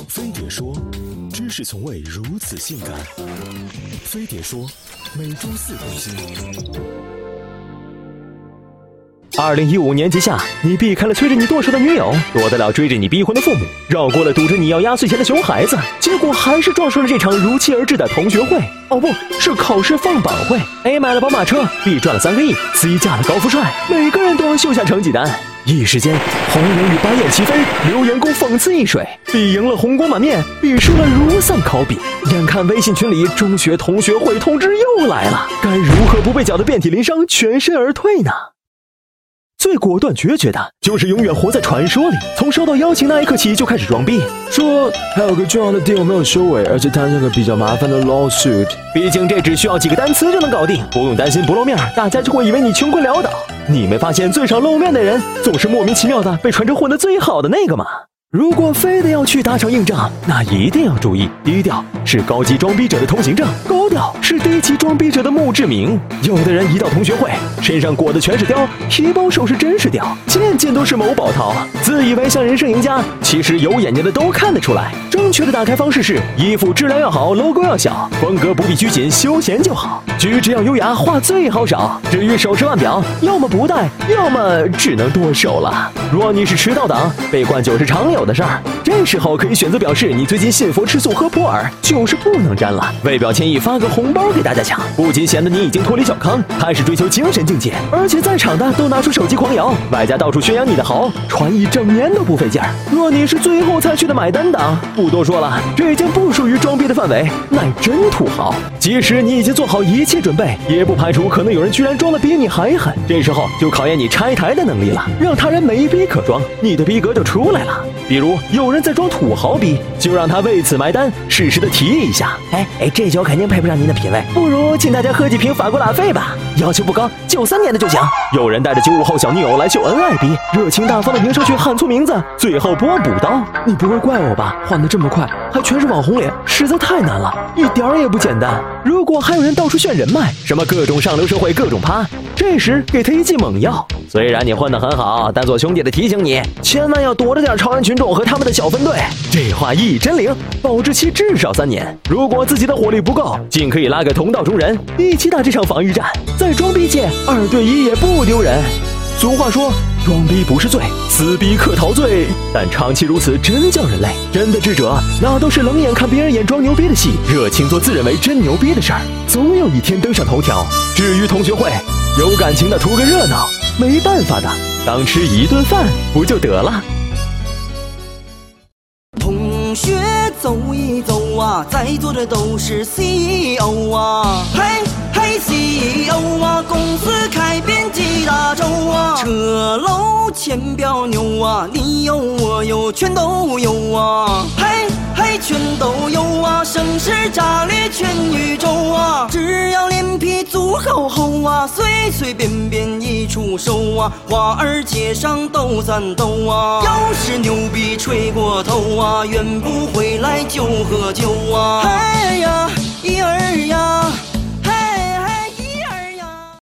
飞碟说，知识从未如此性感。飞碟说，每周四更新。 2015年节下，你避开了催着你剁手的女友，躲得了追着你逼婚的父母，绕过了堵着你要压岁钱的熊孩子，结果还是撞上了这场如期而至的同学会。哦，不是考试放榜会。A 买了宝马车 ，B 赚了3个亿 ，C 嫁了高富帅，每个人都要秀下成绩单。一时间，红人与白眼齐飞，留言攻讽刺一水。B 赢了红光满面，B 输了如丧考妣。眼看微信群里中学同学会通知又来了，该如何不被搅得遍体鳞伤、全身而退呢？最果断决绝的就是永远活在传说里，从收到邀请那一刻起就开始装逼，说还有个重要的 deal 没有收尾，而且摊上个比较麻烦的 lawsuit， 毕竟这只需要几个单词就能搞定，不用担心不露面，大家就会以为你穷困潦倒。你没发现最少露面的人总是莫名其妙的被传成混得最好的那个吗？如果非得要去打场硬仗，那一定要注意，低调是高级装逼者的通行证，高调是低级装逼者的墓志铭。有的人一到同学会，身上裹的全是貂，提包手是真是貂，件件都是某宝淘，自以为像人生赢家，其实有眼睛的都看得出来。正确的打开方式是：衣服质量要好 ，logo 要小，风格不必拘谨，休闲就好，举止要优雅，话最好少。至于手持腕表，要么不戴，要么只能剁手了。若你是迟到党，被灌酒是常有的事儿，这时候可以选择表示你最近信佛吃素喝普洱，就是不能沾了，为表歉意发个红包给大家抢，不仅显得你已经脱离小康，开始追求精神境界，而且在场的都拿出手机狂摇，外加到处宣扬你的好，传一整年都不费劲儿。若你是最后才去的买单党，不多说了，这已经不属于装逼的范围，乃真土豪。即使你已经做好一切准备，也不排除可能有人居然装的比你还狠，这时候就考验你拆台的能力了，让他人没逼可装，你的逼格就出来了。比如有人在装土豪逼，就让他为此埋单，适时的提议一下，这酒肯定配不上您的品味，不如请大家喝几瓶法国拉菲吧，要求不高，93年的就行。有人带着95后小女友来秀恩爱逼，热情大方的迎上去喊错名字，最后不忘补刀。你不会怪我吧？换得这么快，还全是网红脸，实在太难了，一点儿也不简单。如果还有人到处炫人脉，什么各种上流社会各种趴，这时给他一剂猛药。虽然你混得很好，但做兄弟的提醒你，千万要躲着点超人群众和他们的小分队。这话一针灵，保质期至少3年。如果自己的火力不够，尽可以拉个同道中人，一起打这场防御战。在装逼界，2对1也不丢人。俗话说，装逼不是罪，撕逼可陶醉。但长期如此真叫人累。真的智者那都是冷眼看别人演装牛逼的戏，热情做自认为真牛逼的事儿，总有一天登上头条。至于同学会，有感情的图个热闹，没办法的，当吃一顿饭不就得了。 同学走一走啊，在座的都是 CEO 啊，嘿 CEO 啊，公司开遍几大洲啊，车楼钱表牛啊，你有我有全都有啊，嘿全都有啊，声势炸裂全宇宙啊，只要脸皮足够厚啊，随随便便一出手啊，华尔街上斗三斗啊，要是牛逼吹过头啊，圆不回来就喝酒啊，哎呀一儿呀。